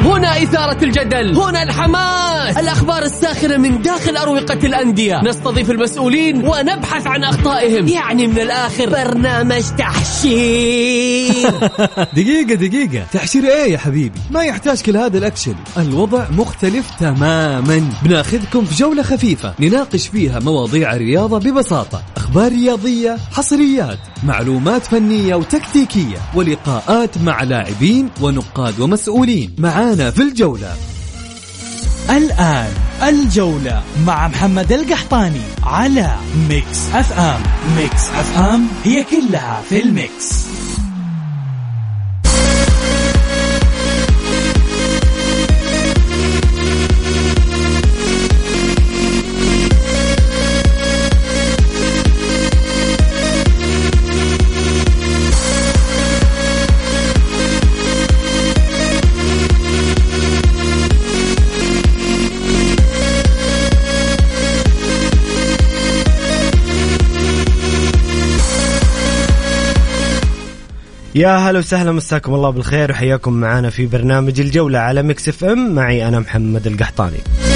هنا إثارة الجدل، هنا الحماس، الأخبار الساخنة من داخل أروقة الأندية، نستضيف المسؤولين ونبحث عن أخطائهم. يعني من الآخر برنامج تحشير. دقيقة تحشير ايه يا حبيبي؟ ما يحتاج كل هذا الأكشن. الوضع مختلف تماما. بناخذكم في جولة خفيفة نناقش فيها مواضيع الرياضة ببساطة، أخبار رياضية، حصريات، معلومات فنية وتكتيكية، ولقاءات مع لاعبين ونقاد ومسؤولين. معانا في الجولة. الآن الجولة مع محمد القحطاني على ميكس اف ام. ميكس اف ام هي كلها في الميكس. يا هلا وسهلا، مساكم الله بالخير وحياكم معنا في برنامج الجولة على ميكس اف ام. معي أنا محمد القحطاني.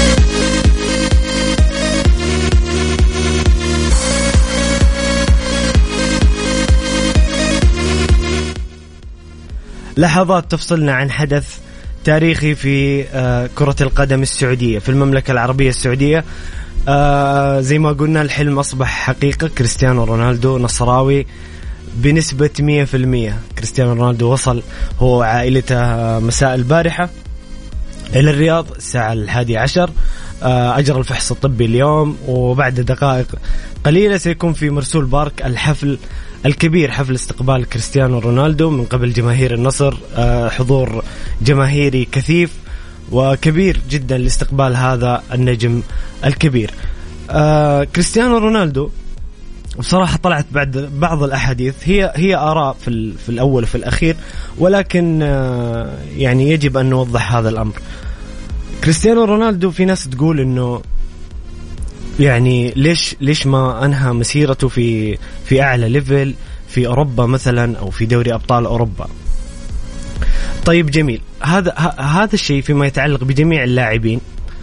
لحظات تفصلنا عن حدث تاريخي في كرة القدم السعودية في المملكة العربية السعودية. زي ما قلنا الحلم أصبح حقيقة. كريستيانو رونالدو نصراوي بنسبة 100%. كريستيانو رونالدو وصل هو وعائلته مساء البارحة إلى الرياض الساعة 11. أجرى الفحص الطبي اليوم، وبعد دقائق قليلة سيكون في مرسول بارك الحفل الكبير، حفل استقبال كريستيانو رونالدو من قبل جماهير النصر. حضور جماهيري كثيف وكبير جدا لاستقبال هذا النجم الكبير. كريستيانو رونالدو بصراحة طلعت بعد بعض الأحاديث هي آراء في الأول وفي الأخير، ولكن يعني يجب أن نوضح هذا الأمر. كريستيانو رونالدو في ناس تقول إنه يعني ليش ما أنهى مسيرته في أعلى ليفل في أوروبا مثلا أو في دوري أبطال أوروبا. طيب جميل، هذا الشيء فيما يتعلق بجميع اللاعبين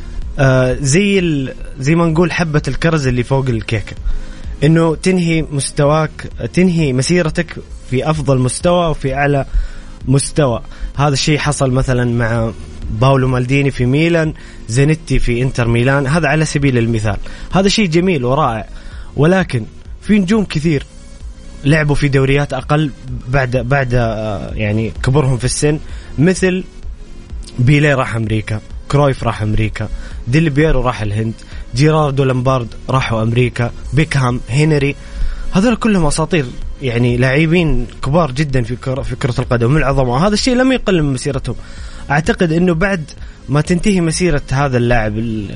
زي ما نقول حبة الكرز اللي فوق الكيكة، إنه تنهي مسيرتك في أفضل مستوى وفي أعلى مستوى. هذا الشيء حصل مثلا مع باولو مالديني في ميلان، زينيتي في إنتر ميلان، هذا على سبيل المثال. هذا شيء جميل ورائع، ولكن في نجوم كثير لعبوا في دوريات أقل بعد يعني كبرهم في السن، مثل بيلي راح أمريكا، كرويف راح أمريكا، ديل بييرو راح الهند، جيراردو لامبارد راحوا أمريكا، بيكهام، هنري، هذول كلهم أساطير، يعني لاعبين كبار جدا في كرة القدم من العظماء. هذا الشيء لم يقل من مسيرتهم. أعتقد أنه بعد ما تنتهي مسيرة هذا اللاعب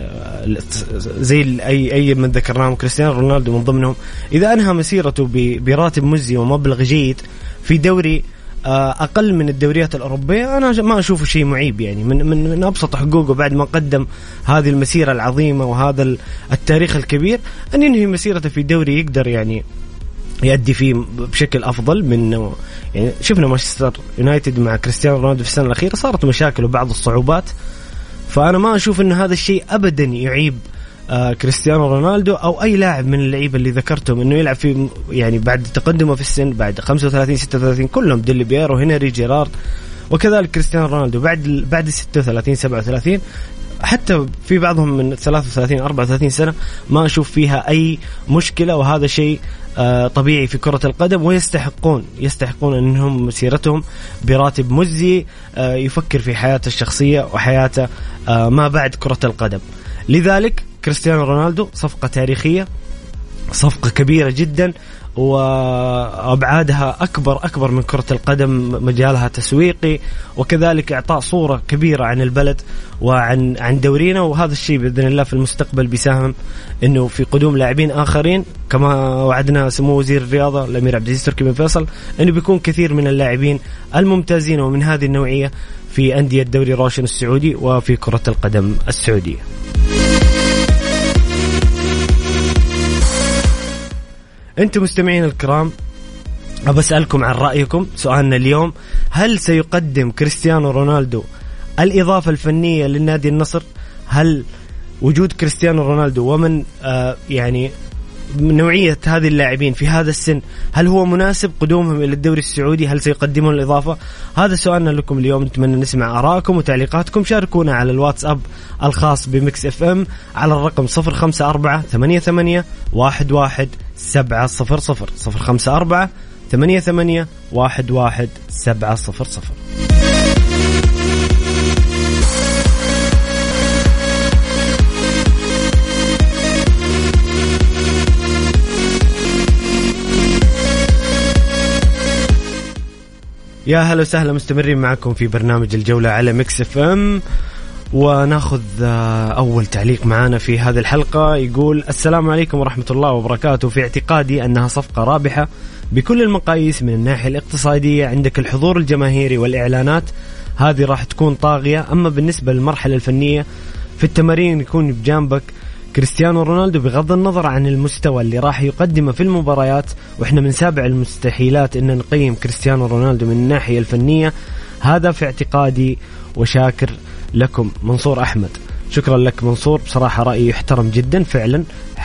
زي أي من ذكرناهم، كريستيانو رونالدو من ضمنهم، إذا أنهى مسيرته براتب مجزي ومبلغ جيد في دوري أقل من الدوريات الأوروبية، أنا ما أشوفه شيء معيب. يعني من أبسط حقوقه بعد ما قدم هذه المسيرة العظيمة وهذا التاريخ الكبير، أن ينهي مسيرته في دوري يقدر يعني يؤدي فيه بشكل أفضل من يعني شفنا مانشستر يونايتد مع كريستيانو رونالدو في السنة الأخيرة صارت مشاكل وبعض الصعوبات. فأنا ما أشوف أن هذا الشيء أبدا يعيب كريستيانو رونالدو أو أي لاعب من اللعيبة اللي ذكرتهم إنه يلعب في يعني بعد تقدمه في السن بعد 35 36 كلهم، ديل بييرو، هنري، جيرارد، وكذلك كريستيانو رونالدو بعد 36 37، حتى في بعضهم من 33 34 سنة ما أشوف فيها أي مشكلة. وهذا شيء طبيعي في كرة القدم، ويستحقون أنهم مسيرتهم براتب مجزي يفكر في حياته الشخصية وحياته ما بعد كرة القدم. لذلك كريستيانو رونالدو صفقة تاريخية، صفقة كبيرة جدا، وأبعادها أكبر من كرة القدم، مجالها تسويقي وكذلك إعطاء صورة كبيرة عن البلد وعن دورينا. وهذا الشيء بإذن الله في المستقبل بيساهم إنه في قدوم لاعبين آخرين، كما وعدنا سمو وزير الرياضة الأمير عبد العزيز تركي بن فيصل إنه بيكون كثير من اللاعبين الممتازين ومن هذه النوعية في أندية الدوري روشن السعودي وفي كرة القدم السعودية. أنتم مستمعين الكرام، أبى أسألكم عن رأيكم. سؤالنا اليوم: هل سيقدم كريستيانو رونالدو الإضافة الفنية للنادي النصر؟ هل وجود كريستيانو رونالدو ومن يعني من نوعية هذه اللاعبين في هذا السن، هل هو مناسب قدومهم إلى الدوري السعودي؟ هل سيقدمون الإضافة؟ هذا سؤالنا لكم اليوم. نتمنى نسمع آراءكم وتعليقاتكم. شاركونا على الواتساب الخاص بميكس اف ام على الرقم 0548811700 0548811700. يا هلا وسهلا، مستمرين معكم في برنامج الجولة على ميكس اف ام، وناخذ أول تعليق معنا في هذه الحلقة. يقول: السلام عليكم ورحمة الله وبركاته. في اعتقادي أنها صفقة رابحة بكل المقاييس من الناحية الاقتصادية. عندك الحضور الجماهيري والإعلانات، هذه راح تكون طاغية. أما بالنسبة للمرحلة الفنية في التمارين يكون بجانبك كريستيانو رونالدو بغض النظر عن المستوى اللي راح يقدمه في المباريات، وإحنا من سابع المستحيلات إن نقيم كريستيانو رونالدو من الناحية الفنية. هذا في اعتقادي، وشاكر لكم. منصور أحمد. شكرا لك منصور، بصراحة رأيي يحترم جدا، فعلا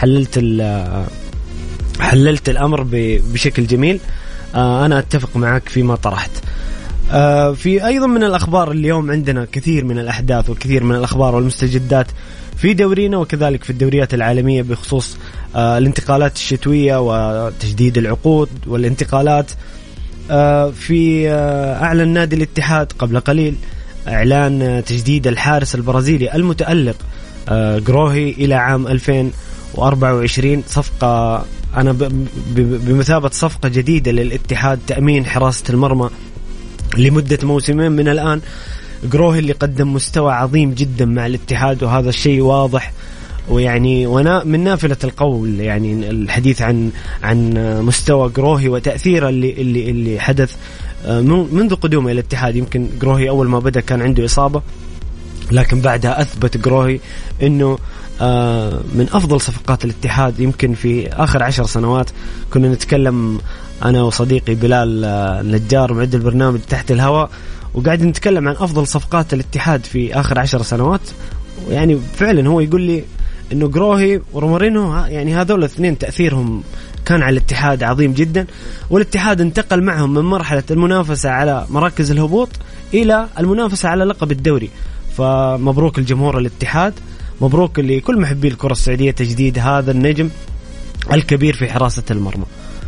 حللت الأمر بشكل جميل. أنا أتفق معك فيما طرحت. في أيضا من الأخبار اليوم عندنا كثير من الأحداث وكثير من الأخبار والمستجدات في دورينا وكذلك في الدوريات العالمية بخصوص الانتقالات الشتوية وتجديد العقود والانتقالات. في أعلن نادي الاتحاد قبل قليل إعلان تجديد الحارس البرازيلي المتألق جروهي إلى عام 2024. صفقة أنا بمثابة صفقة جديدة للاتحاد، تأمين حراسة المرمى لمدة موسمين من الآن. جروهي اللي قدم مستوى عظيم جدا مع الاتحاد، وهذا الشيء واضح، ويعني من نافلة القول يعني الحديث عن مستوى جروهي وتأثيره اللي حدث منذ قدومه إلى الاتحاد. يمكن جروهي أول ما بدأ كان عنده إصابة، لكن بعدها أثبت جروهي إنه من أفضل صفقات الاتحاد. يمكن في آخر 10 سنوات كنا نتكلم أنا وصديقي بلال النجار معد البرنامج تحت الهواء، وقاعد نتكلم عن أفضل صفقات الاتحاد في آخر 10 سنوات. يعني فعلا هو يقول لي إنه جروهي ورومارينو يعني هذول الاثنين تأثيرهم كان على الاتحاد عظيم جدا، والاتحاد انتقل معهم من مرحلة المنافسة على مراكز الهبوط إلى المنافسة على لقب الدوري. فمبروك الجمهور الاتحاد، مبروك لكل محبي الكرة السعودية تجديد هذا النجم الكبير في حراسة المرمى.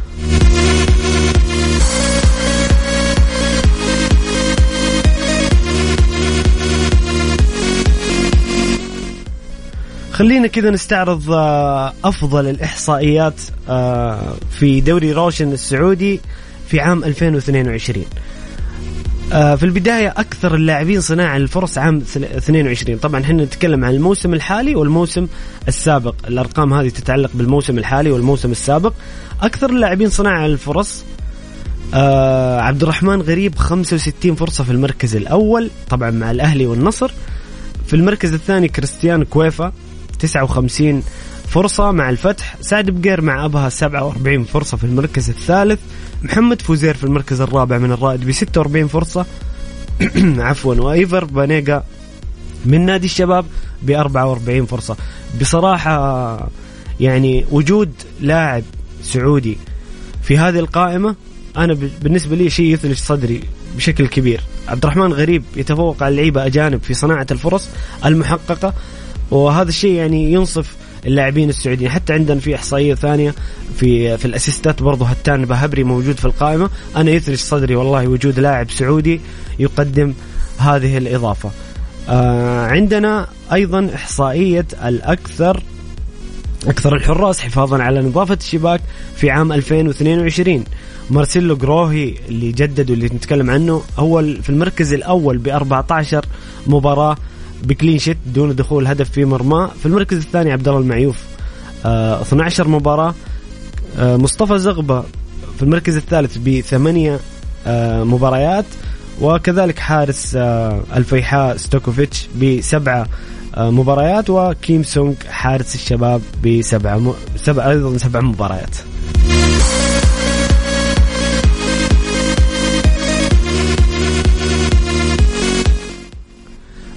خلينا كذا نستعرض أفضل الإحصائيات في دوري روشن السعودي في عام 2022. في البداية أكثر اللاعبين صناعة للفرص عام 22. طبعا احنا نتكلم عن الموسم الحالي والموسم السابق، الأرقام هذه تتعلق بالموسم الحالي والموسم السابق. أكثر اللاعبين صناعة للفرص عبد الرحمن غريب 65 فرصة في المركز الأول، طبعا مع الأهلي والنصر. في المركز الثاني كريستيان كويفا 59 فرصة مع الفتح. سعد بقير مع أبها 47 فرصة في المركز الثالث. محمد فوزير في المركز الرابع من الرائد ب 46 فرصة عفوا. وإيفر بانيغا من نادي الشباب ب 44 فرصة. بصراحة يعني وجود لاعب سعودي في هذه القائمة أنا بالنسبة لي شيء يثلج صدري بشكل كبير. عبد الرحمن غريب يتفوق على اللعيبة أجانب في صناعة الفرص المحققة، وهذا الشيء يعني ينصف اللاعبين السعوديين. حتى عندنا في إحصائية ثانية في الأسيستات برضو هتان بهبري موجود في القائمة. أنا يثلج صدري والله وجود لاعب سعودي يقدم هذه الإضافة. عندنا أيضا إحصائية أكثر الحراس حفاظا على نظافة الشباك في عام 2022. مارسيلو جروهي اللي جدد واللي نتكلم عنه هو في المركز الأول ب14 مباراة بكلين شيت دون دخول هدف في مرمى. في المركز الثاني عبد الله المعيوف 12 مباراة. مصطفى زغبة في المركز الثالث ب8 مباريات، وكذلك حارس الفيحاء ستوكوفيتش ب7 مباريات، وكيم سونغ حارس الشباب أيضا 7 مباريات.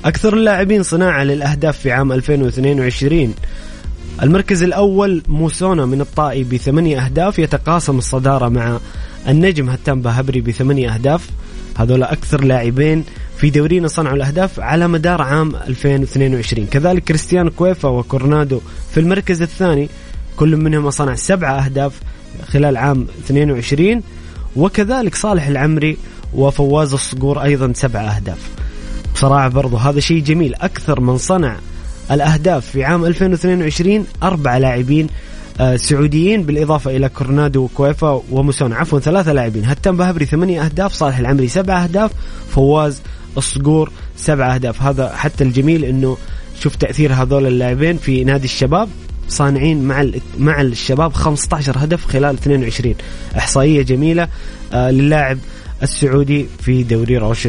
أكثر اللاعبين صناعة للأهداف في عام 2022. المركز الأول موسونا من الطائي ب8 أهداف، يتقاسم الصدارة مع النجم هتان بهبري ب8 أهداف. هذول أكثر لاعبين في دورينا صنعوا الأهداف على مدار عام 2022. كذلك كريستيانو كويفا وكورنادو في المركز الثاني، كل منهم صنع 7 أهداف خلال عام 22. وكذلك صالح العمري وفواز الصقور أيضا 7 أهداف. بصراحة برضو هذا شيء جميل. أكثر من صنع الأهداف في عام 2022 4 لاعبين سعوديين، بالإضافة إلى كورنادو وكويفا وموسونا، 3 لاعبين. هتان بهبري 8 أهداف، صالح العمري 7 أهداف، فواز الصقور 7 أهداف. هذا حتى الجميل إنه شوف تأثير هذول اللاعبين في نادي الشباب، صانعين مع الشباب 15 هدف خلال 22. إحصائية جميلة للاعب السعودي في دوري روشن.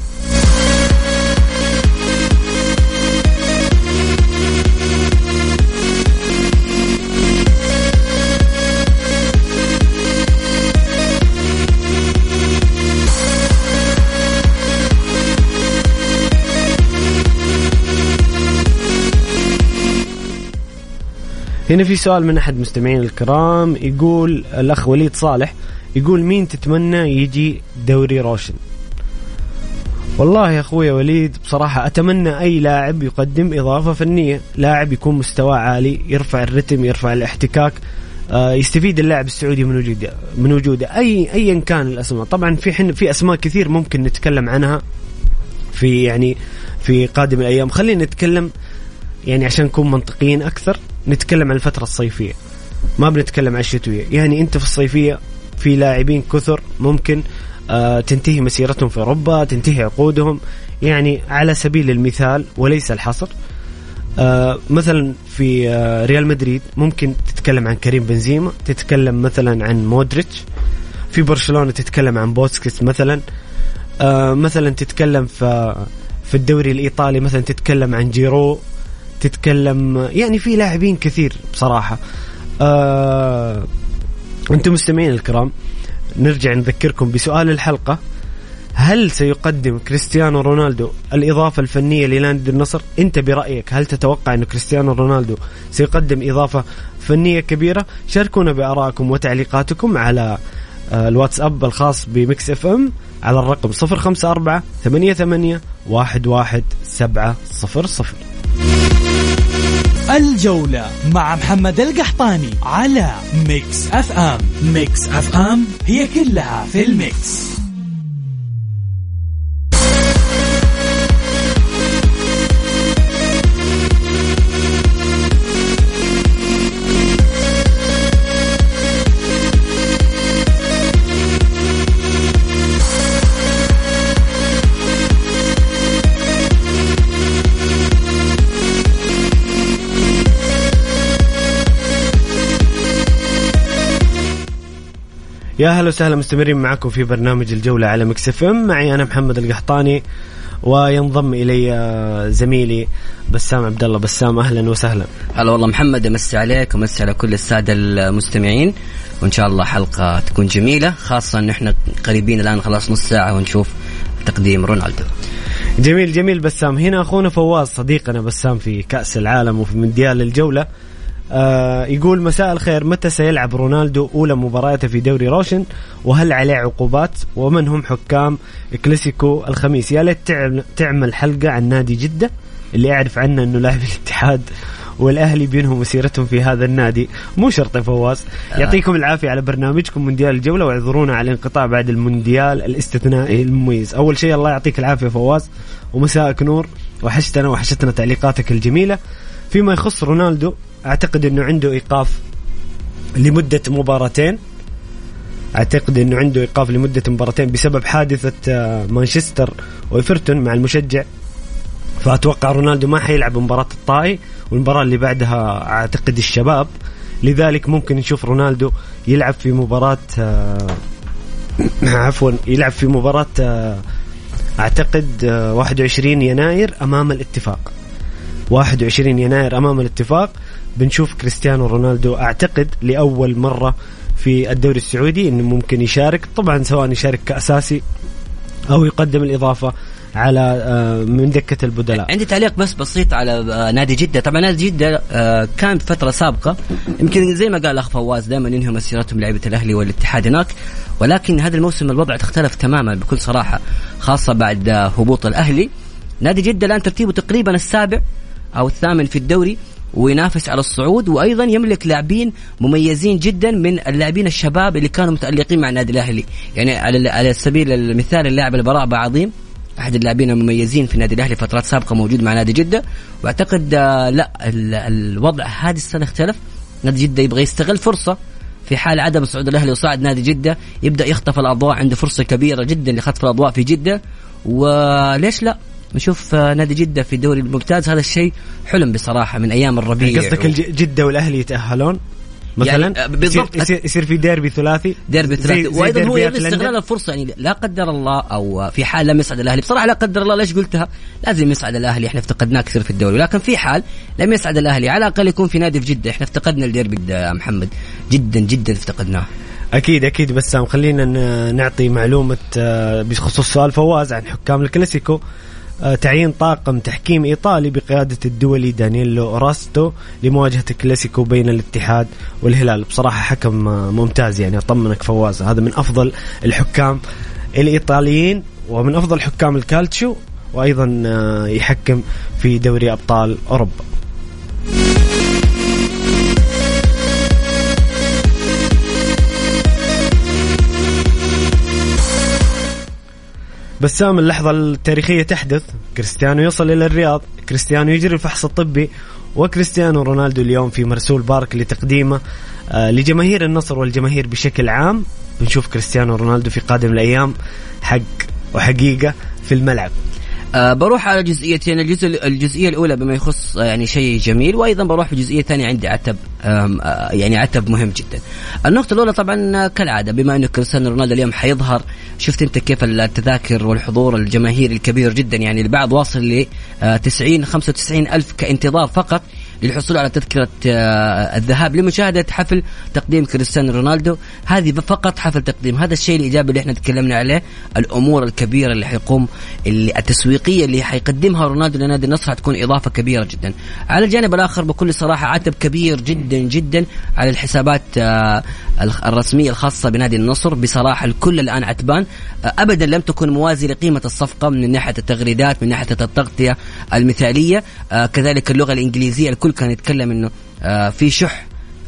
هنا في سؤال من أحد مستمعين الكرام، يقول الأخ وليد صالح، يقول مين تتمنى يجي دوري روشن؟ والله يا أخوي وليد بصراحة أتمنى أي لاعب يقدم إضافة فنية، لاعب يكون مستوى عالي، يرفع الرتم، يرفع الاحتكاك، يستفيد اللاعب السعودي من وجوده أيا كان الأسماء. طبعا في أسماء كثير ممكن نتكلم عنها في قادم الأيام. خلينا نتكلم عشان نكون منطقيين أكثر، نتكلم عن الفترة الصيفية، ما بنتكلم عن الشتوية. أنت في الصيفية في لاعبين كثر ممكن تنتهي مسيرتهم في أوروبا، تنتهي عقودهم. على سبيل المثال وليس الحصر، مثلا في ريال مدريد ممكن تتكلم عن كريم بنزيما، تتكلم مثلا عن مودريتش. في برشلونة تتكلم عن بوسكيتس مثلا. مثلا تتكلم في الدوري الإيطالي مثلا تتكلم عن جيرو، تتكلم في لاعبين كثير بصراحة. أنتم مستمعين الكرام، نرجع نذكركم بسؤال الحلقة: هل سيقدم كريستيانو رونالدو الإضافة الفنية لنادي النصر؟ أنت برأيك هل تتوقع أن كريستيانو رونالدو سيقدم إضافة فنية كبيرة؟ شاركونا بآرائكم وتعليقاتكم على الواتساب الخاص بميكس اف ام على الرقم 0548811700. الجولة مع محمد القحطاني على ميكس اف ام. ميكس اف ام هي كلها في الميكس. يا هلا وسهلا، مستمرين معكم في برنامج الجولة على ميكس اف ام. معي أنا محمد القحطاني، وينضم إلي زميلي بسام عبد الله. بسام أهلا وسهلا. هلا والله محمد، أمسي عليك ومسي على كل السادة المستمعين، وإن شاء الله حلقة تكون جميلة، خاصة إن إحنا قريبين الآن خلاص نص ساعة ونشوف تقديم رونالدو. جميل بسام. هنا أخونا فواز صديقنا بسام في كأس العالم وفي مونديال الجولة، يقول مساء الخير، متى سيلعب رونالدو أولى مبارياته في دوري روشن؟ وهل عليه عقوبات؟ ومن هم حكام كلاسيكو الخميس؟ يا ليت تعمل حلقة عن نادي جدة اللي أعرف عنه أنه لاعب الاتحاد والأهلي بينهم مسيرتهم في هذا النادي. مو شرط يا فواز. يعطيكم العافية على برنامجكم مونديال الجولة، واعذرونا على الانقطاع بعد المونديال الاستثنائي المميز. أول شيء الله يعطيك العافية فواز، ومساءك نور، وحشتنا تعليقاتك الجميلة. فيما يخص رونالدو، أعتقد أنه عنده إيقاف لمدة مباراتين، بسبب حادثة مانشستر وإيفرتون مع المشجع. فأتوقع رونالدو ما حيلعب مباراة الطائي، والمباراة اللي بعدها أعتقد الشباب. لذلك ممكن نشوف رونالدو يلعب في مباراة أعتقد 21 يناير أمام الاتفاق. 21 يناير أمام الاتفاق بنشوف كريستيانو رونالدو أعتقد لأول مرة في الدوري السعودي إنه ممكن يشارك، طبعا سواء يشارك كأساسي أو يقدم الإضافة على من دكة البدلاء. عندي تعليق بس بسيط على نادي جدة. طبعا نادي جدة كان فترة سابقة يمكن زي ما قال الأخ فواز دائما ينهوا مسيرتهم لعيبة الأهلي والاتحاد هناك، ولكن هذا الموسم الوضع اختلف تماما بكل صراحة، خاصة بعد هبوط الأهلي. نادي جدة الآن ترتيبه تقريبا السابع أو الثامن في الدوري، وينافس على الصعود، وأيضا يملك لاعبين مميزين جدا من اللاعبين الشباب اللي كانوا متألقين مع النادي الأهلي. يعني على سبيل المثال اللاعب البراء بعظيم أحد اللاعبين المميزين في النادي الأهلي فترات سابقة موجود مع نادي جدة، واعتقد لا الوضع هذه السنة اختلف. نادي جدة يبغى يستغل فرصة في حال عدم صعود الأهلي وصعد نادي جدة، يبدأ يخطف الأضواء، عنده فرصة كبيرة جدا لخطف الأضواء في جدة، وليش لا نشوف نادي جدة في الدوري الممتاز. هذا الشيء حلم بصراحة من أيام الربيع. قصدك جدة والأهلي يتأهلون مثلا يعني بالضبط، يصير في ديربي ثلاثي وأيضا هو يبغى استغلال الفرصة. يعني لا قدر الله أو في حال لم يصعد الأهلي، بصراحة لا قدر الله ليش قلتها، لازم يصعد الأهلي، احنا افتقدناه كثير في الدوري، لكن في حال لم يصعد الأهلي على الأقل يكون في نادي في جدة. احنا افتقدنا الديربي يا محمد، جدا جدا افتقدناه. أكيد بسام، خلينا نعطي معلومة بخصوص سؤال فواز عن حكام الكلاسيكو. تعيين طاقم تحكيم إيطالي بقيادة الدولي دانييلو راستو لمواجهة الكلاسيكو بين الاتحاد والهلال. بصراحة حكم ممتاز، يعني أطمنك فواز، هذا من أفضل الحكام الإيطاليين ومن أفضل حكام الكالتشو، وأيضا يحكم في دوري أبطال أوروبا. بسام، اللحظة التاريخية تحدث، كريستيانو يصل إلى الرياض، كريستيانو يجري الفحص الطبي، وكريستيانو رونالدو اليوم في مرسول بارك لتقديمه لجماهير النصر والجماهير بشكل عام. بنشوف كريستيانو رونالدو في قادم الأيام حق وحقيقة في الملعب. بروح على جزئيتين، الجزئية الأولى بما يخص يعني شيء جميل، وأيضا بروح في جزئية ثانية عندي عتب، يعني عتب مهم جدا. النقطة الأولى طبعا كالعادة بما أنه كريستيانو رونالدو اليوم حيظهر، شفت أنت كيف التذاكر والحضور الجماهيري الكبير جدا، يعني البعض واصل ل 90-95 ألف كانتظار فقط للحصول على تذكرة الذهاب لمشاهدة حفل تقديم كريستيانو رونالدو. هذه فقط حفل تقديم، هذا الشيء الإيجابي اللي احنا تكلمنا عليه. الأمور الكبيرة اللي حيقوم التسويقية اللي حيقدمها رونالدو لنادي النصر حتكون إضافة كبيرة جدا. على الجانب الآخر بكل صراحة عتب كبير جدا جدا على الحسابات الرسمية الخاصة بنادي النصر. بصراحة الكل الآن عتبان، أبدا لم تكن موازي لقيمة الصفقة من ناحية التغريدات، من ناحية التغطية المثالية، كذلك اللغة الإنجليزية. الكل كان يتكلم إنه في شح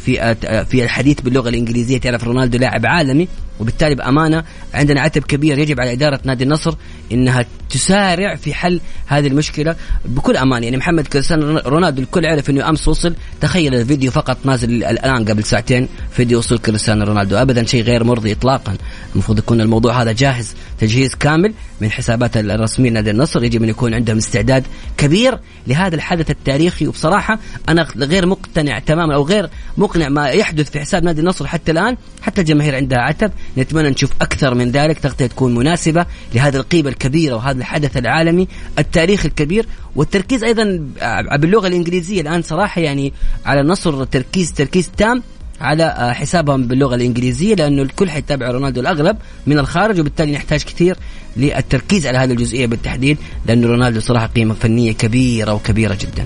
في الحديث باللغة الإنجليزية. تعرف رونالدو لاعب عالمي، وبالتالي بأمانة عندنا عتب كبير يجب على إدارة نادي النصر إنها تسارع في حل هذه المشكلة بكل أمان. يعني محمد كريستيانو رونالدو الكل عرف إنه أمس وصل، تخيل الفيديو فقط نازل الآن قبل ساعتين، فيديو وصول كريستيانو رونالدو، أبدا شيء غير مرضي إطلاقا. المفروض يكون الموضوع هذا جاهز تجهيز كامل من حسابات الرسمية نادي النصر، يجب أن يكون عندهم استعداد كبير لهذا الحدث التاريخي. وبصراحة أنا غير مقتنع تماما أو غير مقنع ما يحدث في حساب نادي النصر حتى الآن. حتى الجماهير عندها عتب، نتمنى نشوف أكثر من ذلك، تغطية تكون مناسبة لهذه القيمة الكبيرة وهذا الحدث العالمي التاريخ الكبير. والتركيز أيضا باللغة الإنجليزية الآن صراحة، يعني على النصر تركيز تام على حسابهم باللغة الإنجليزية، لأنه الكل حيتابع رونالدو الأغلب من الخارج، وبالتالي نحتاج كثير للتركيز على هذه الجزئية بالتحديد، لأنه رونالدو صراحة قيمة فنية كبيرة وكبيرة جدا.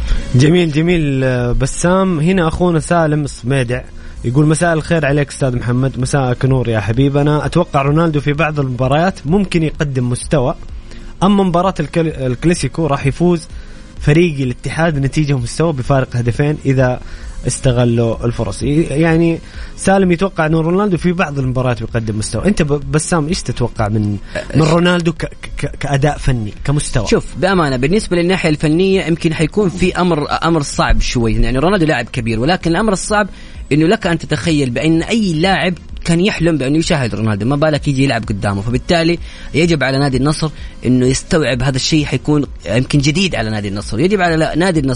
جميل بسام. هنا أخونا سالم الصميدع يقول مساء الخير عليك أستاذ محمد. مساءك نور يا حبيبنا. أتوقع رونالدو في بعض المباريات ممكن يقدم مستوى، أما مباراة الكلاسيكو راح يفوز فريق الاتحاد نتيجة مستوى بفارق هدفين إذا استغلوا الفرص. يعني سالم يتوقع أن رونالدو في بعض المباريات يقدم مستوى. أنت بسام إيش تتوقع من رونالدو كأداء فني كمستوى؟ شوف بأمانة بالنسبة للناحية الفنية يمكن حيكون في أمر صعب شوي. يعني رونالدو لاعب كبير، ولكن الأمر الصعب إنه لك أن تتخيل بأن أي لاعب كان يحلم بأنه يشاهد رونالدو، ما بالك يجي يلعب قدامه. فبالتالي يجب على نادي النصر إنه يستوعب هذا الشيء، حيكون يمكن جديد على نادي النصر. يجب على نادي النصر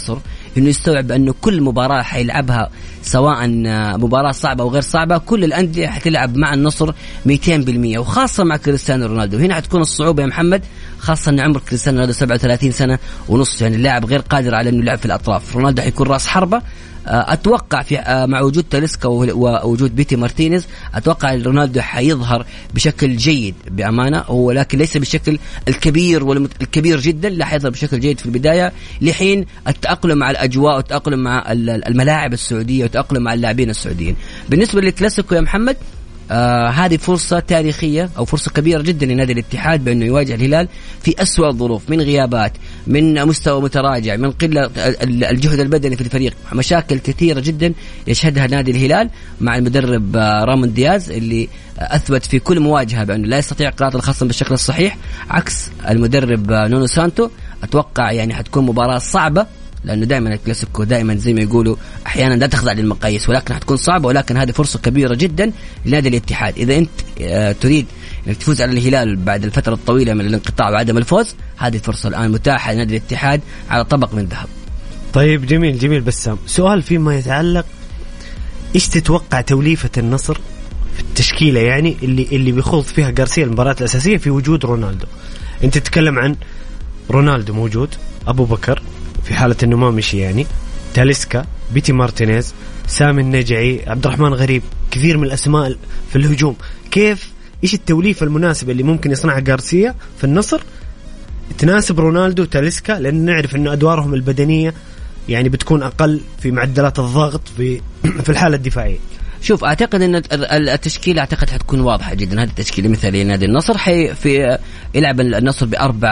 انه يستوعب انه كل مباراه حيلعبها سواء مباراه صعبه او غير صعبه كل الانديه حتلعب مع النصر 200%، وخاصه مع كريستيانو رونالدو. هنا حتكون الصعوبه يا محمد، خاصه ان عمر كريستيانو رونالدو 37 سنه ونص، يعني اللاعب غير قادر على انه يلعب في الاطراف. رونالدو حيكون راس حربه. اتوقع في مع وجود تاليسكا ووجود بيتي مارتينيز اتوقع رونالدو حيظهر بشكل جيد بامانه، ولكن ليس بالشكل الكبير الكبير جدا، لا حيظهر بشكل جيد في البدايه لحين التاقلم مع الاجواء والتاقلم مع الملاعب السعوديه والتاقلم مع اللاعبين السعوديين. بالنسبه للكلاسيكو يا محمد، هذه فرصة تاريخية أو فرصة كبيرة جدا لنادي الاتحاد بأنه يواجه الهلال في أسوأ الظروف، من غيابات، من مستوى متراجع، من قلة الجهد البدني في الفريق، مشاكل كثيرة جدا يشهدها نادي الهلال مع المدرب رامون دياز اللي أثبت في كل مواجهة بأنه لا يستطيع قراءة الخصم بالشكل الصحيح، عكس المدرب نونو سانتو. أتوقع يعني حتكون مباراة صعبة، لأنه دائما الكلاسيكو دائما زي ما يقولوا أحيانا لا تخضع للمقاييس، ولكن حتكون صعبة، ولكن هذه فرصة كبيرة جدا لنادي الاتحاد. إذا أنت تريد أنك تفوز على الهلال بعد الفترة الطويلة من الانقطاع وعدم الفوز، هذه الفرصة الآن متاحة لنادي الاتحاد على طبق من ذهب. طيب جميل بسام، سؤال فيما يتعلق، إيش تتوقع توليفة النصر في التشكيلة يعني اللي بيخوض فيها غارسيا المباراة الأساسية في وجود رونالدو؟ أنت تتكلم عن رونالدو موجود، أبو بكر في حالة أنه ما مشي يعني، تاليسكا، بيتي مارتينيز، سامي النجعي، عبد الرحمن غريب، كثير من الأسماء في الهجوم. كيف إيش التوليفة المناسبة اللي ممكن يصنعها غارسيا في النصر تناسب رونالدو وتاليسكا، لأن نعرف أنه أدوارهم البدنية يعني بتكون أقل في معدلات الضغط في الحالة الدفاعية؟ شوف، أعتقد أن التشكيلة حتكون واضحة جدا. هذه التشكيلة مثالية نادي النصر، يلعب النصر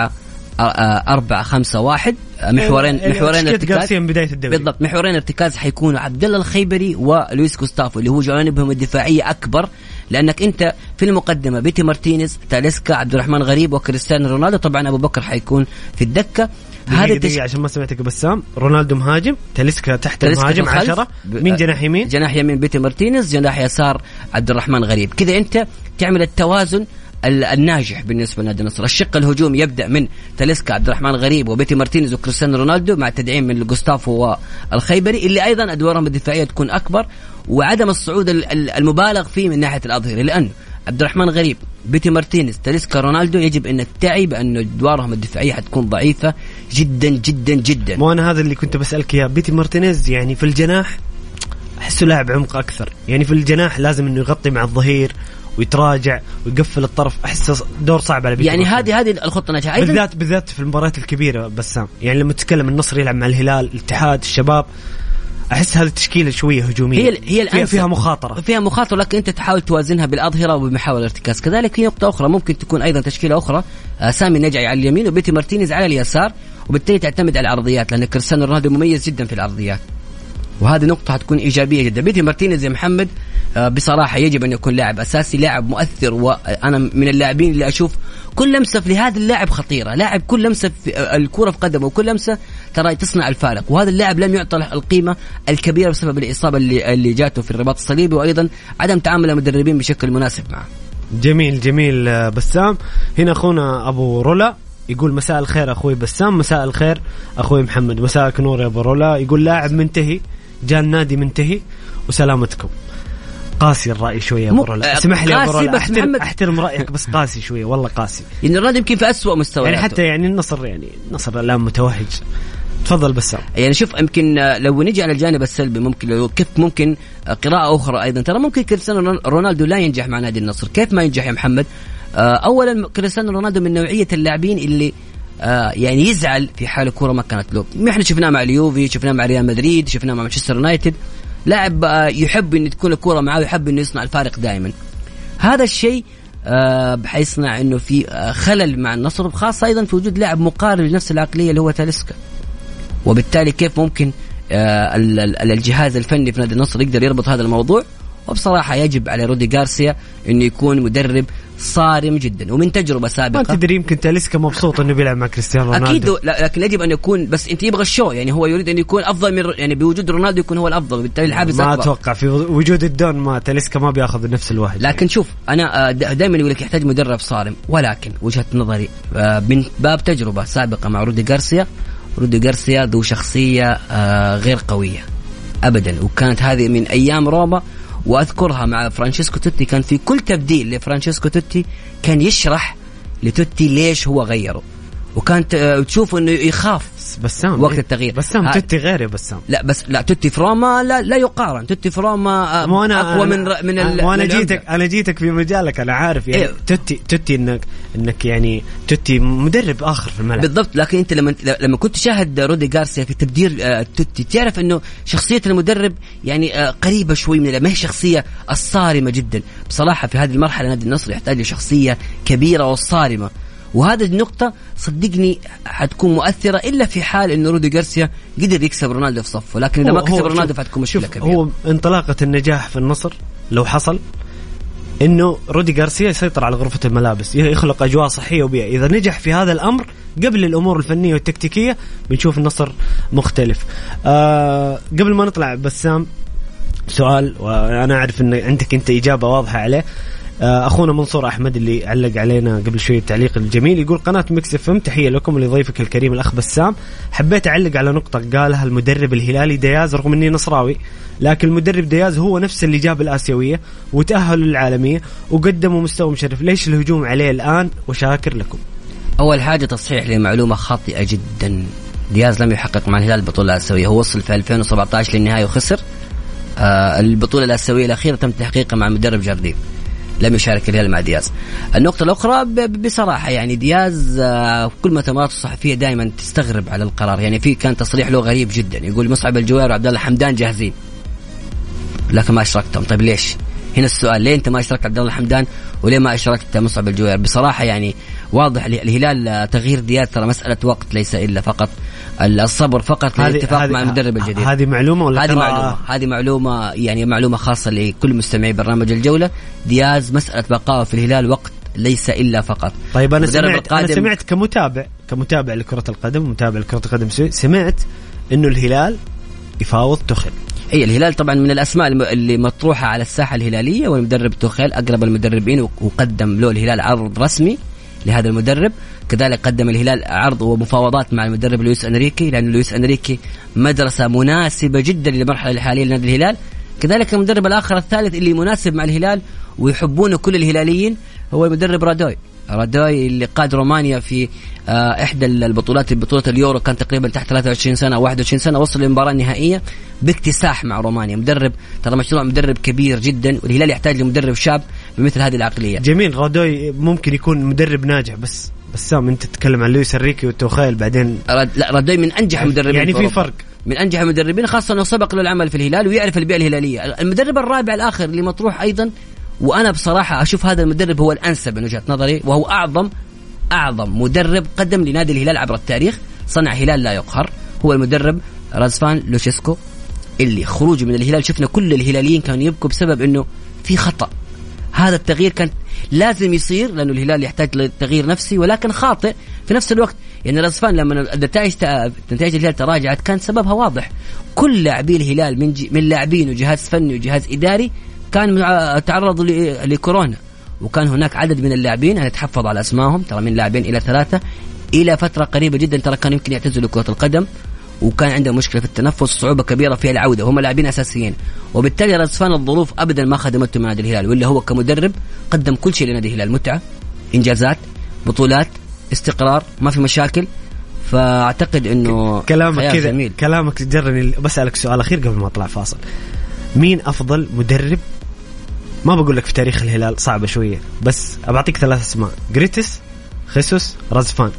ب4-5-1، محورين ارتكاز من بداية الدوري. بالضبط، محورين ارتكاز حيكونوا عبد الله الخيبري ولويس كوستافو اللي هو جوانبهم الدفاعية أكبر، لأنك أنت في المقدمة بيتي مارتينيز، تاليسكا، عبد الرحمن غريب وكريستيانو رونالدو، طبعا أبو بكر حيكون في الدكة. هذا عشان ما سمعتك بسام، رونالدو مهاجم، تاليسكا تحت المهاجم 10، مين جناح يمين؟ جناح يمين بيتي مارتينيز، جناح يسار عبد الرحمن غريب. كذا أنت تعمل التوازن الناجح بالنسبة لنادي النصر. الشق الهجومي يبدأ من تاليسكا، عبد الرحمن غريب وبيتي مارتينيز وكريستيانو رونالدو، مع تدعيم من جوستافو والخيبري اللي أيضا أدوارهم الدفاعية تكون أكبر، وعدم الصعود المبالغ فيه من ناحية الأظهرة، لأنه عبد الرحمن غريب، بيتي مارتينيز، تاليسكا، رونالدو يجب أن تعي بأنه أدوارهم الدفاعية حتكون ضعيفة جدا جدا جدا. وأنا هذا اللي كنت بسألك يا بيتي مارتينيز، يعني في الجناح أحسه لاعب عمق أكثر، يعني في الجناح لازم إنه يغطي مع الظهير ويتراجع ويقفل الطرف، أحس دور صعب على بيتي. يعني هذه الخطة ناجحة بالذات في المباريات الكبيرة بسام. يعني لما تتكلم النصر يلعب مع الهلال، الاتحاد، الشباب، أحس هذه التشكيلة شوية هجومية، هي فيها مخاطرة، لكن أنت تحاول توازنها بالأظهرة وبمحاول الارتكاز. كذلك في نقطة أخرى ممكن تكون أيضا تشكيلة أخرى، سامي النجعي على اليمين وبيتي مارتينيز على اليسار، وبالتالي تعتمد على العرضيات، لأن كريستيانو رونالدو مميز جدا في العرضيات، وهذه نقطة هتكون إيجابية جدا. بيتي مارتينيز يا محمد بصراحة يجب أن يكون لاعب أساسي، لاعب مؤثر، وأنا من اللاعبين اللي أشوف كل لمسة في هذا اللاعب خطيرة، لاعب كل لمسة في الكرة في قدمه وكل لمسة ترى تصنع الفارق، وهذا اللاعب لم يعطى القيمة الكبيرة بسبب الإصابة اللي جاته في الرباط الصليبي، وأيضا عدم تعامل المدربين بشكل مناسب معه. جميل بسام. هنا أخونا أبو رولا يقول مساء الخير أخوي بسام، مساء الخير أخوي محمد، مساءك نور يا أبو رولا. يقول لاعب منتهي، جاء النادي منتهي وسلامتكم. قاسي الرأي شوية يا أبو رولا، اسمح لي يا أبو رولا، أحترم رأيك، بس قاسي شوية والله، قاسي. يعني الرد يمكن في أسوأ مستوى، يعني حتى يعني النصر الآن متوهج. تفضل بسام. يعني شوف، يمكن لو نجي على الجانب السلبي، كيف ممكن قراءة أخرى أيضا، ترى ممكن كريستيانو رونالدو لا ينجح مع نادي النصر. كيف ما ينجح يا محمد؟ أولا كريستيانو رونالدو من نوعية اللاعبين اللي يعني يزعل في حال الكرة ما كانت له. احنا شفناه مع اليوفي، شفناه مع ريال مدريد، شفناه مع مانشستر يونايتد، لاعب يحب ان تكون الكرة معه، يحب انه يصنع الفارق دائما. هذا الشيء حيصنع انه في خلل مع النصر، خاصة ايضا في وجود لاعب مقارب لنفس العقلية اللي هو تاليسكا. وبالتالي كيف ممكن الجهاز الفني في نادي النصر يقدر يربط هذا الموضوع؟ وبصراحة يجب على رودي غارسيا انه يكون مدرب صارم جدا ومن تجربة سابقة. ما تدري يمكن تاليسكا مبسوط انه بيلعب مع كريستيانو رونالدو اكيد، لكن يجب ان يكون، بس انت يبغى الشو، يعني هو يريد ان يكون افضل من، يعني بوجود رونالدو يكون هو الافضل، وبالتالي الحافز ما أكبر. اتوقع في وجود الدون ما تاليسكا ما بياخذ نفس الواحد. لكن شوف، انا دائما يقول لك يحتاج مدرب صارم، ولكن وجهة نظري من باب تجربة سابقة مع رودي غارسيا، رودي غارسيا ذو شخصية غير قوية أبدا، وكانت هذه من أيام روما، وأذكرها مع فرانشيسكو توتي كان في كل تبديل لفرانشيسكو توتي كان يشرح لتوتي ليش هو غيره، وكانت تشوف انه يخاف بسام وقت التغيير. بسام توتي غير يا بسام. لا توتي في روما لا يقارن. توتي في روما اقوى من انا جيتك في مجالك، انا عارف يعني توتي انك يعني توتي مدرب اخر في الملعب بالضبط. لكن انت لما كنت تشاهد رودي غارسيا في تبديل توتي تعرف انه شخصيه المدرب يعني قريبه شوي من ما هي شخصيه الصارمه جدا. بصراحه في هذه المرحله نادي النصر يحتاج لشخصيه كبيره والصارمه، وهذا النقطة صدقني حتكون مؤثرة إلا في حال إنه رودي غارسيا قدر يكسب رونالدو في صفه، لكن إذا ما كسب رونالدو فهتكون مشكلة كبيرة. هو انطلاقة النجاح في النصر لو حصل إنه رودي غارسيا يسيطر على غرفة الملابس، يخلق أجواء صحية وبيئة. إذا نجح في هذا الأمر قبل الأمور الفنية والتكتيكية بنشوف النصر مختلف. قبل ما نطلع بسام سؤال، وأنا أعرف إن عندك أنت إجابة واضحة عليه. أخونا منصور أحمد اللي علق علينا قبل شوية التعليق الجميل يقول قناة ميكس اف ام تحية لكم ولضيفك الكريم الأخ بسام. حبيت أعلق على نقطة قالها المدرب الهلالي دياز، رغم أني نصراوي لكن المدرب دياز هو نفس اللي جاب الآسيوية وتأهل للعالمية وقدموا مستوى مشرف، ليش الهجوم عليه الآن؟ وشاكر لكم. أول حاجة تصحيح لمعلومة خاطئة جدا، دياز لم يحقق مع الهلال البطولة الآسيوية، هو وصل في 2017 للنهاية وخسر. البطولة الآسيوية الأخيرة تم تحقيقها مع المدرب جارديم، لم يشارك الهلال مع دياز. النقطة الأخرى بصراحة يعني دياز كل ما تمارس الصحفية دائما تستغرب على القرار. يعني في كان تصريح له غريب جدا، يقول مصعب الجوير وعبد الله حمدان جاهزين لكن ما أشركتهم. طيب ليش؟ هنا السؤال، ليه أنت ما أشركت عبد الله حمدان وليه ما أشركت مصعب الجوير؟ بصراحة يعني واضح الهلال تغيير دياز ترى مسألة وقت، ليس إلا فقط الصبر فقط للاتفاق مع المدرب الجديد. هذه معلومة ولا هذه معلومة يعني معلومة خاصة لكل مستمعي برنامج الجولة. دياز مسألة بقائه في الهلال وقت، ليس إلا فقط. طيب أنا سمعت كمتابع لكرة القدم، متابع لكرة القدم، سمعت إنه الهلال يفاوض توخيل. أي الهلال طبعا من الأسماء اللي مطروحة على الساحة الهلالية، والمدرب توخيل أقرب المدربين، وقدم له الهلال عرض رسمي لهذا المدرب. كذلك قدم الهلال عرض ومفاوضات مع المدرب لويس أنريكي، لأن لويس أنريكي مدرسة مناسبة جدا للمرحلة الحالية لنادي الهلال. كذلك المدرب الآخر الثالث اللي مناسب مع الهلال ويحبونه كل الهلاليين هو المدرب رادوي اللي قاد رومانيا في إحدى بطولة اليورو، كان تقريبا تحت 23 سنة أو 21 سنة، وصل للمباراة النهائية باكتساح مع رومانيا. مدرب ترى مشروع مدرب كبير جدا، والهلال يحتاج لمدرب شاب بمثل هذه العقلية. جميل، رادوي ممكن يكون مدرب ناجح، بس سام انت تتكلم عن لويس انريكي والتوخيل بعدين. لا رادوي من انجح المدربين، يعني في فرق، من انجح المدربين، خاصه انه سبق له العمل في الهلال ويعرف البيئه الهلاليه. المدرب الرابع الاخر اللي مطروح ايضا، وانا بصراحه اشوف هذا المدرب هو الانسب من وجهه نظري، وهو اعظم مدرب قدم لنادي الهلال عبر التاريخ، صنع هلال لا يقهر، هو المدرب رازفان لوشيسكو. اللي خروجه من الهلال شفنا كل الهلاليين كانوا يبكوا بسبب انه في خطأ. هذا التغيير كان لازم يصير لأنه الهلال يحتاج لتغيير نفسي، ولكن خاطئ في نفس الوقت. يعني رازفان لما نتائج الهلال تراجعت كان سببها واضح. كل لاعبي الهلال من لاعبين وجهاز فني وجهاز إداري كان تعرضوا لكورونا، وكان هناك عدد من اللاعبين أنا أتحفظ على أسمائهم، ترى من لاعبين إلى 3 إلى فترة قريبة جدا ترى كان يمكن يعتزلوا كرة القدم، وكان عنده مشكلة في التنفس، صعوبة كبيرة في العودة، هم لاعبين أساسيين. وبالتالي رازفان الظروف أبدا ما خدمته مع نادي الهلال، واللي هو كمدرب قدم كل شيء لنادي الهلال، متعة، إنجازات، بطولات، استقرار، ما في مشاكل. فأعتقد إنه كلامك كذا، كلامك جرني بسألك سؤال أخير قبل ما أطلع فاصل. مين أفضل مدرب، ما بقول لك في تاريخ الهلال صعبة شوية، بس أبعطيك 3 أسماء: جريتس، خيسوس، رازفان.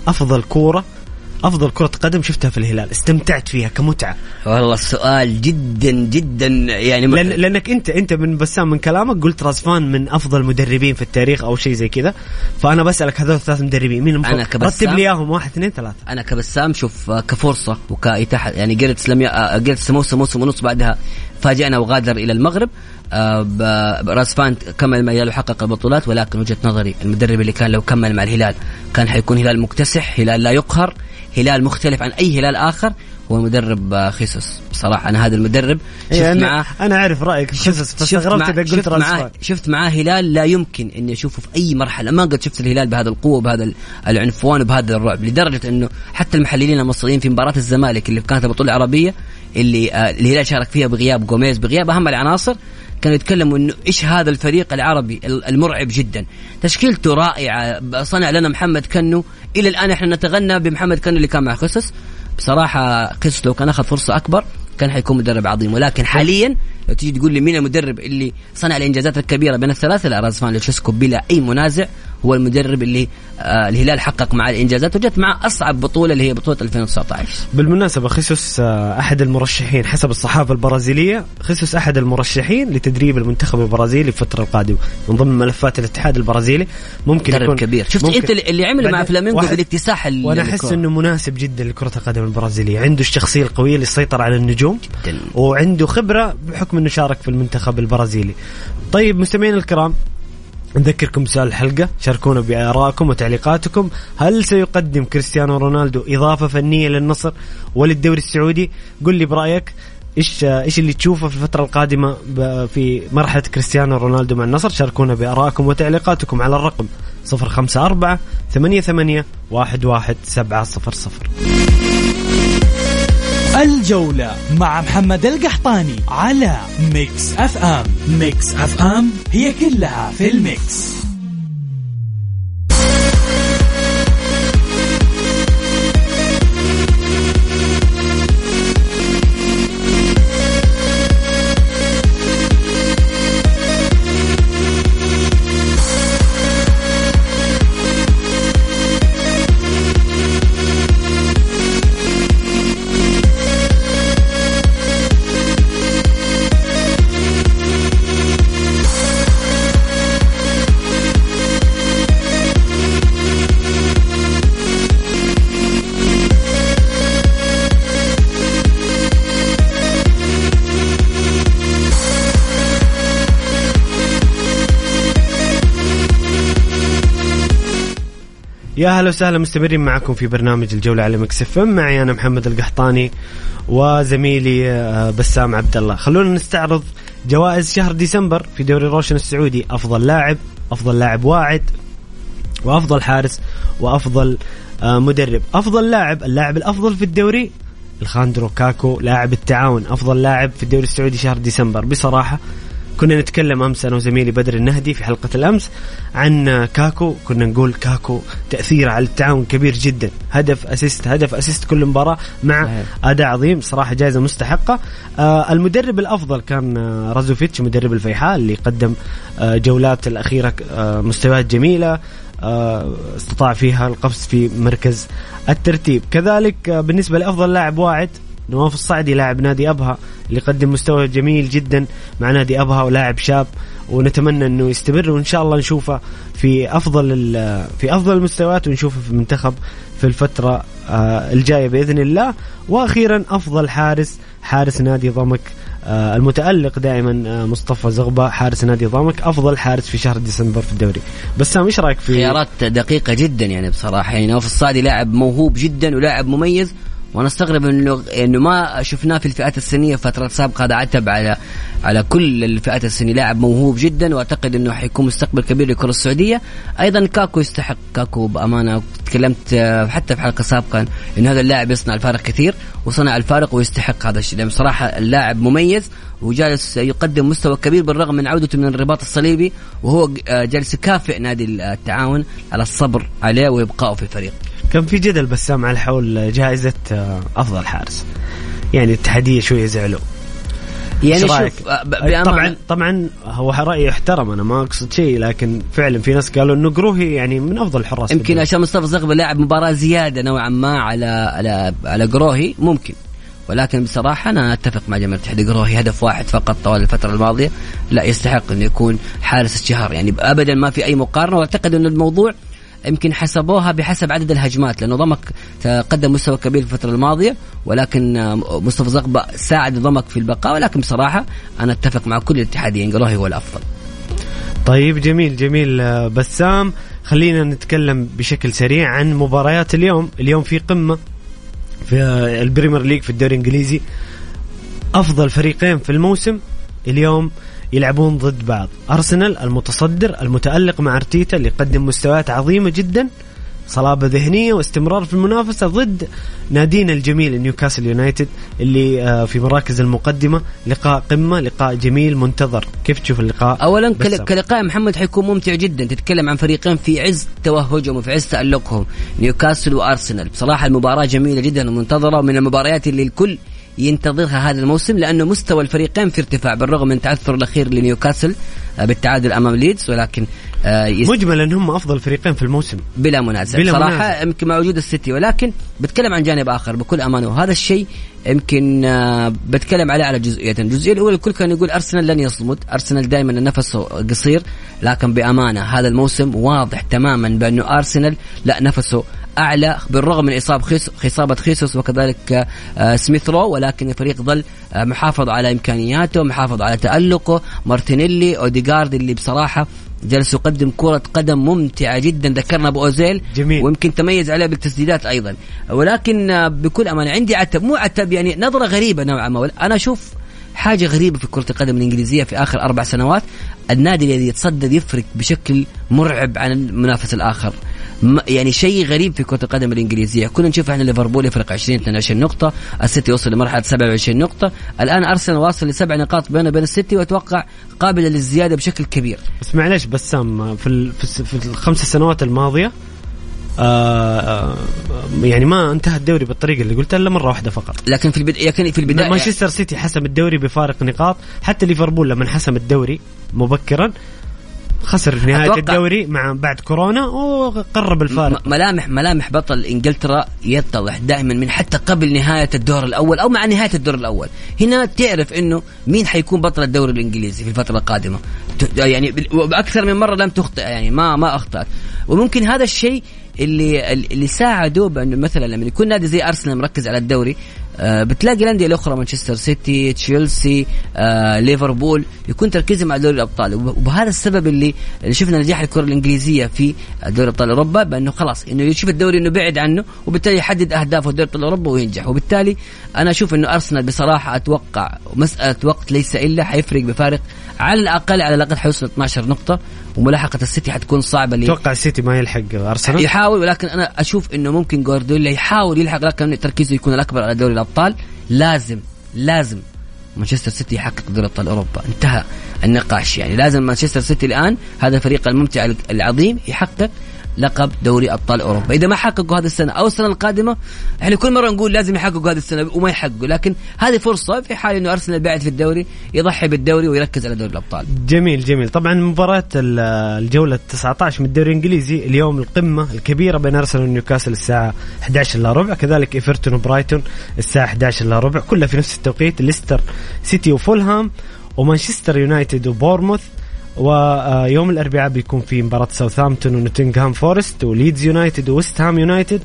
أفضل كرة قدم شفتها في الهلال استمتعت فيها كمتعة. والله السؤال جدا جدا يعني لأنك أنت من بسام من كلامك قلت رازفان من أفضل مدربين في التاريخ أو شيء زي كذا، فأنا بسألك هذول 3 مدربين مين رتب لي إياهم 1 2 3. أنا كبسام شوف كفرصة وكإتاحة، يعني جريتس موسم ونص بعدها فاجأنا وغادر إلى المغرب. راسفان كمل مع الهلال وحقق البطولات، ولكن وجهة نظري المدرب اللي كان لو كمل مع الهلال كان حيكون هلال مكتسح، هلال لا يقهر، هلال مختلف عن أي هلال آخر، هو مدرب خيسوس. بصراحة أنا هذا المدرب شفت معاه، أنا أعرف رأيك خيسوس، فاستغربت إذا قلت راسفان. شفت معاه هلال لا يمكن إني أشوفه في أي مرحلة، ما قد شفت الهلال بهذا القوة بهذا العنفوان وبهذا الرعب، لدرجة إنه حتى المحللين المصريين في مباراة الزمالك اللي كانت البطولة العربية اللي الهلال شارك فيها بغياب جوميز، بغياب أهم العناصر، كانوا يتكلموا إنه إيش هذا الفريق العربي المرعب جدا، تشكيلته رائعة، صنع لنا محمد كنو، إلى الآن إحنا نتغنى بمحمد كنو اللي كان مع خيسوس. بصراحة خيسوس لو كان أخذ فرصة أكبر كان حيكون مدرب عظيم، ولكن حاليا لو تيجي تقول لي مين المدرب اللي صنع الإنجازات الكبيرة بين الثلاثة، لا، راسفان لوتشيسكو بلا أي منازع هو المدرب اللي الهلال حقق مع الإنجازات وجت مع أصعب بطولة اللي هي بطولة 2019. بالمناسبة خيسوس أحد المرشحين حسب الصحافة البرازيلية، خيسوس أحد المرشحين لتدريب المنتخب البرازيلي في الفترة القادمة من ضمن ملفات الاتحاد البرازيلي. ممكن يكون كبير. شفت أنت اللي عمله مع فلامينغو بالاكتساح، وأنا أحس إنه مناسب جدا لكرة القدم البرازيلية، عنده الشخصية القوية اللي يسيطر على النجوم جداً. وعنده خبرة بحكم إنه شارك في المنتخب البرازيلي. طيب مستمعين الكرام، نذكركم بسؤال الحلقة، شاركونا بآرائكم وتعليقاتكم. هل سيقدم كريستيانو رونالدو إضافة فنية للنصر وللدوري السعودي؟ قل لي برأيك إيش اللي تشوفه في الفترة القادمة في مرحلة كريستيانو رونالدو مع النصر. شاركونا بآرائكم وتعليقاتكم على الرقم 0548811700. الجولة مع محمد القحطاني على ميكس اف ام. ميكس اف ام هي كلها في الميكس. يا هلا وسهلا، مستمرين معكم في برنامج الجولة على ميكس اف ام. معي أنا محمد القحطاني وزميلي بسام عبد الله. خلونا نستعرض جوائز شهر ديسمبر في دوري روشن السعودي: أفضل لاعب، أفضل لاعب واعد، وأفضل حارس، وأفضل مدرب. أفضل لاعب، اللاعب الأفضل في الدوري الخاندرو كاكو لاعب التعاون، أفضل لاعب في الدوري السعودي شهر ديسمبر. بصراحة كنا نتكلم أمس أنا وزميلي بدر النهدي في حلقة الأمس عن كاكو، كنا نقول كاكو تأثيره على التعاون كبير جدا، هدف أسيست كل مباراة مع أداء عظيم، صراحة جائزة مستحقة. المدرب الأفضل كان رازوفيتش مدرب الفيحاء اللي قدم جولات الأخيرة مستويات جميلة، استطاع فيها القفز في مركز الترتيب. كذلك بالنسبة لأفضل لاعب واعد نواف الصعدي لاعب نادي أبها اللي قدم مستوى جميل جدا مع نادي أبها، ولاعب شاب ونتمنى أنه يستمر، وإن شاء الله نشوفه في أفضل المستويات ونشوفه في المنتخب في الفترة الجاية بإذن الله. وأخيرا أفضل حارس نادي ضمك المتألق دائما مصطفى زغبة حارس نادي ضمك، أفضل حارس في شهر ديسمبر في الدوري. بس إيش رأيك في خيارات دقيقة جدا يعني بصراحة؟ يعني نواف الصعدي لاعب موهوب جدا ولاعب مميز، وانا استغرب انه ما شفناه في الفئات السنيه فتره سابقه. هذا عتب على كل الفئات السنيه، لاعب موهوب جدا واعتقد انه حيكون مستقبل كبير للكره السعوديه. ايضا كاكو يستحق، كاكو بامانه تكلمت حتى في حلقه سابقا ان هذا اللاعب يصنع الفارق كثير وصنع الفارق ويستحق هذا الشيء، لأن صراحه اللاعب مميز وجالس يقدم مستوى كبير بالرغم من عودته من الرباط الصليبي، وهو جالس يكافئ نادي التعاون على الصبر عليه ويبقائه في الفريق. كان في جدل بسام على حول جائزة أفضل حارس، يعني الاتحادية شوية زعلوا. يعني شوف طبعا هو رأي يحترم، أنا ما أقصد شيء، لكن فعلا في ناس قالوا إنه قروهي يعني من أفضل الحراس. يمكن عشان مصطفى زغبة لاعب مباراة زيادة نوعا ما على قروهي ممكن، ولكن بصراحة أنا أتفق مع جماعة الاتحاد. قروهي هدف واحد فقط طوال الفترة الماضية، لا يستحق إنه يكون حارس الشهر، يعني أبدا ما في أي مقارنة. وأعتقد إنه الموضوع يمكن حسبوها بحسب عدد الهجمات، لأنه ضمك قدم مستوى كبير في الفترة الماضية، ولكن مصطفى زغبة ساعد ضمك في البقاء. ولكن بصراحة أنا أتفق مع كل الاتحاديين، قراهي هو الأفضل. طيب جميل بسام، خلينا نتكلم بشكل سريع عن مباريات اليوم. اليوم في قمة في البريمير ليج في الدوري الإنجليزي، أفضل فريقين في الموسم اليوم يلعبون ضد بعض. أرسنال المتصدر المتألق مع أرتيتا اللي يقدم مستويات عظيمة جدا، صلابة ذهنية واستمرار في المنافسة، ضد نادينا الجميل نيوكاسل يونايتد اللي في مراكز المقدمة. لقاء قمة، لقاء جميل منتظر. كيف تشوف اللقاء؟ أولا كلقاء محمد حيكون ممتع جدا. تتكلم عن فريقين في عز توهجهم وفي عز تألقهم، نيوكاسل وأرسنال. بصراحة المباراة جميلة جدا ومنتظرة، ومن المباريات اللي الكل ينتظرها هذا الموسم، لأنه مستوى الفريقين في ارتفاع بالرغم من تعثر الأخير لنيوكاسل بالتعادل أمام ليدز. ولكن مجملا هم أفضل فريقين في الموسم بلا منازع صراحة، يمكن مع وجود السيتي. ولكن بتكلم عن جانب آخر بكل أمانة، وهذا الشيء يمكن بتكلم على جزئيتين. الجزئية الأولى الكل كان يقول أرسنال لن يصمد، أرسنال دائما نفسه قصير، لكن بأمانة هذا الموسم واضح تماما بأنه أرسنال لا، نفسه أعلى بالرغم من إصابة خيسوس وكذلك سميث رو. ولكن الفريق ظل محافظ على إمكانياته، محافظ على تألقه. مارتينيلي، أوديغارد اللي بصراحة جلس يقدم كرة قدم ممتعة جدا، ذكرنا بأوزيل جميل. ويمكن تميز عليه بالتسديدات أيضا. ولكن بكل أمانة عندي عتب، مو عتب يعني نظرة غريبة نوعا ما. أنا أشوف حاجة غريبة في كرة القدم الإنجليزية في آخر 4 سنوات، النادي الذي يتصدر يفرق بشكل مرعب عن المنافس الآخر. يعني شيء غريب في كرة القدم الإنجليزية. كنا نشوف احنا ليفربول يفرق 20-22 نقطة، السيتي وصل لمرحلة 27 نقطة، الآن أرسنال واصل ل7 نقاط بينه وبين السيتي، وأتوقع قابلة للزيادة بشكل كبير. بس معلش بسام، في ال5 سنوات الماضية يعني ما انتهى الدوري بالطريقة اللي قلتها إلا مرة واحدة فقط. لكن في البداية مانشستر سيتي حسم الدوري بفارق نقاط، حتى ليفربول لما حسم الدوري مبكرا خسر في نهاية الدوري مع بعد كورونا وقرب الفارق. ملامح بطل إنجلترا يتضح دائما من حتى قبل نهاية الدور الأول أو مع نهاية الدور الأول. هنا تعرف إنه مين حيكون بطل الدوري الإنجليزي في الفترة القادمة. يعني أكثر من مرة لم تخطئ، يعني ما أخطأت. وممكن هذا الشيء اللي ساعده بأنه مثلا لما يكون نادي زي أرسنال مركز على الدوري، بتلاقي الأندية الأخرى مانشستر سيتي، تشيلسي، ليفربول يكون تركيزهم على دوري الأبطال. وبهذا السبب اللي شفنا نجاح الكرة الإنجليزية في دوري أبطال أوروبا، بأنه خلاص إنه يشوف الدوري إنه بعد عنه، وبالتالي يحدد أهدافه دوري أبطال أوروبا وينجح. وبالتالي أنا أشوف إنه أرسنال بصراحة أتوقع مسألة وقت ليس إلا حيفرق بفارق على الأقل حيوصل 12 نقطة، وملاحقة السيتي حتكون صعبة. أتوقع السيتي ما يلحق أرسنال، يحاول، ولكن أنا أشوف إنه ممكن جوارديولا يحاول يلحق، لكن تركيزه يكون الأكبر على دوري الأبطال. لازم مانشستر سيتي يحقق دوري أبطال أوروبا، انتهى النقاش. يعني لازم مانشستر سيتي الآن هذا الفريق الممتع العظيم يحقق لقب دوري أبطال أوروبا. إذا ما حققوا هذه السنة أو السنة القادمة، إحنا كل مرة نقول لازم يحققوا هذه السنة وما يحققوا، لكن هذه فرصة في حال إنه أرسنال بعد في الدوري يضحي بالدوري ويركز على دوري الأبطال. جميل. طبعا مباراة الجولة 19 من الدوري الإنجليزي اليوم، القمة الكبيرة بين أرسنال ونيوكاسل الساعة 11:15، كذلك إيفرتون وبرايتون الساعة 11:15، كلها في نفس التوقيت. ليستر سيتي وفولهام، ومانشستر يونايتد وبورموث. ويوم الأربعاء بيكون في مباراة ساوثهامبتون ونوتنغهام فورست، وليدز يونايتد وويست هام يونايتد،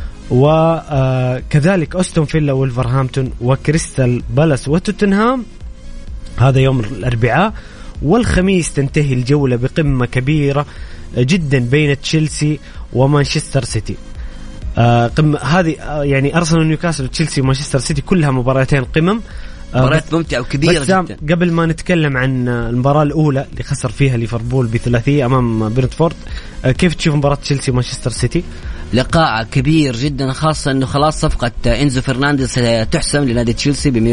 وكذلك أستون فيلا وولفرهامبتون وكريستال بالاس وتوتنهام. هذا يوم الأربعاء. والخميس تنتهي الجولة بقمة كبيرة جدا بين تشيلسي ومانشستر سيتي. قمة هذه يعني أرسنال ونيوكاسل وتشيلسي ومانشستر سيتي كلها مباراتين قمم، مباراة ممتعة وكبيرة جدا. قبل ما نتكلم عن المباراة الأولى اللي خسر فيها ليفربول بثلاثية أمام برنتفورد، كيف تشوف مباراة تشيلسي ومانشستر سيتي؟ لقاء كبير جدا، خاصة أنه خلاص صفقة إنزو فرنانديز تحسم لنادي تشيلسي ب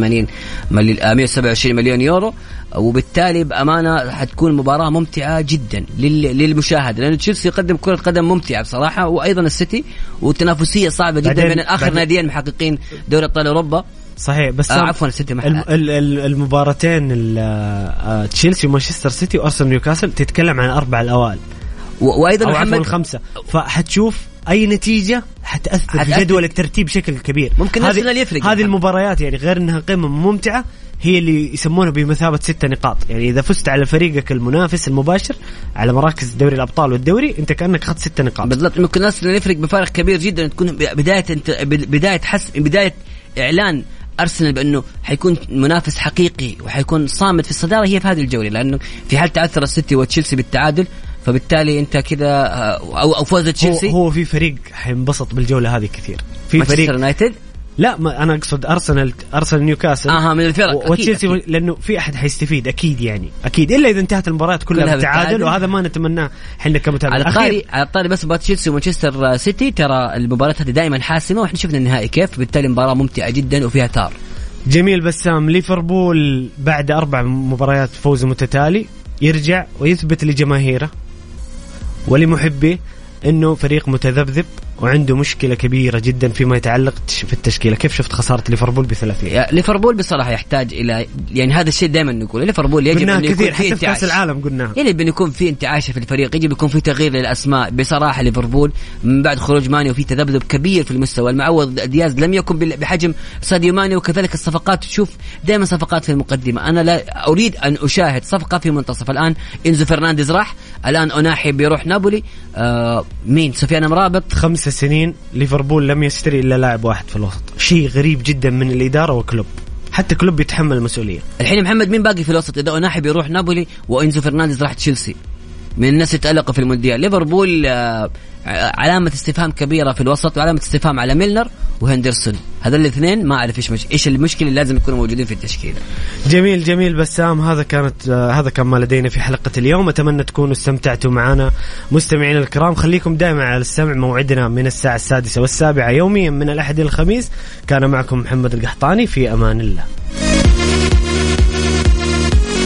127 مليون يورو، وبالتالي بأمانة حتكون مباراة ممتعة جدا للمشاهد، لأن تشيلسي يقدم كرة قدم ممتعة بصراحة، وأيضا السيتي، وتنافسية صعبة جدا بين آخر ناديين محققين دوري أبطال أوروبا. صحيح. بس عفوا السيتي المباراتين تشيلسي ومانشستر سيتي وأرسنال نيوكاسل تتكلم عن 4 الأوائل وايضا محمد 5، فحتشوف اي نتيجه حتاثر في جدول الترتيب بشكل كبير. ممكن أرسنال يفرق. هذه المباريات يعني غير انها قمه ممتعه، هي اللي يسمونها بمثابه 6 نقاط. يعني اذا فزت على فريقك المنافس المباشر على مراكز دوري الابطال والدوري، انت كانك اخذت 6 نقاط بالضبط. ممكن أرسنال يفرق بفارق كبير جدا، تكون بدايه اعلان أرسنال بأنه حيكون منافس حقيقي وحيكون صامد في الصدارة هي في هذه الجولة، لأنه في حال تعثر السيتي وتشيلسي بالتعادل فبالتالي أنت كذا أو فوز تشيلسي، هو في فريق حينبسط بالجولة هذه كثير. في فريق يونايتد، لا ما أنا أقصد أرسنال نيوكاسل من الفرق وتشيلسي، لأنه في أحد حيستفيد أكيد، يعني أكيد إلا إذا انتهت المباريات كلها بالتعادل، وهذا ما نتمناه إحنا كمتابعين. على الطاري بس بات تشيلسي ومانشستر سيتي، ترى المباريات هذه دائما حاسمة وإحنا شفنا النهائي كيف، بالتالي مباراة ممتعة جدا وفيها تار. جميل بسام، ليفربول بعد 4 مباريات فوز متتالي يرجع ويثبت لجماهيره ولمحبيه انه فريق متذبذب وعنده مشكلة كبيرة جدا فيما يتعلق في التشكيلة. كيف شفت خسارة ليفربول ب3؟ ليفربول بصراحة يحتاج إلى، يعني هذا الشيء دائما نقول ليفربول يجب أن يكون في انتعاش. كأس العالم قلناها، يجب أن يكون في انتعاش في الفريق، يجب يكون في تغيير للأسماء. بصراحة ليفربول من بعد خروج ماني وفي تذبذب كبير في المستوى، المعوض دياز لم يكن بحجم ساديو ماني، وكذلك الصفقات تشوف دائما صفقات في المقدمة. أنا لا أريد أن أشاهد صفقة في منتصف. الآن إنزو فرنانديز راح، الآن أوناحي بيروح نابولي، مين سفيان مرابط. 5 سنين ليفربول لم يشتري إلا لاعب واحد في الوسط، شيء غريب جدا من الإدارة وكلوب، حتى كلوب يتحمل المسؤولية. الحين محمد مين باقي في الوسط؟ إذا أوناحي بيروح نابولي وإنزو فرنانديز راح تشيلسي، من الناس يتألقوا في المونديال. ليفربول علامة استفهام كبيرة في الوسط، وعلامة استفهام على ميلنر وهندرسون، هذا الاثنين ما أعرف إيش المشكلة اللي لازم يكونوا موجودين في التشكيلة. جميل بسام، هذا كان ما لدينا في حلقة اليوم. أتمنى تكونوا استمتعتوا معنا مستمعين الكرام. خليكم دائما على السمع، موعدنا من الساعة 6 و7 يوميا من الأحد إلى الخميس. كان معكم محمد القحطاني، في أمان الله.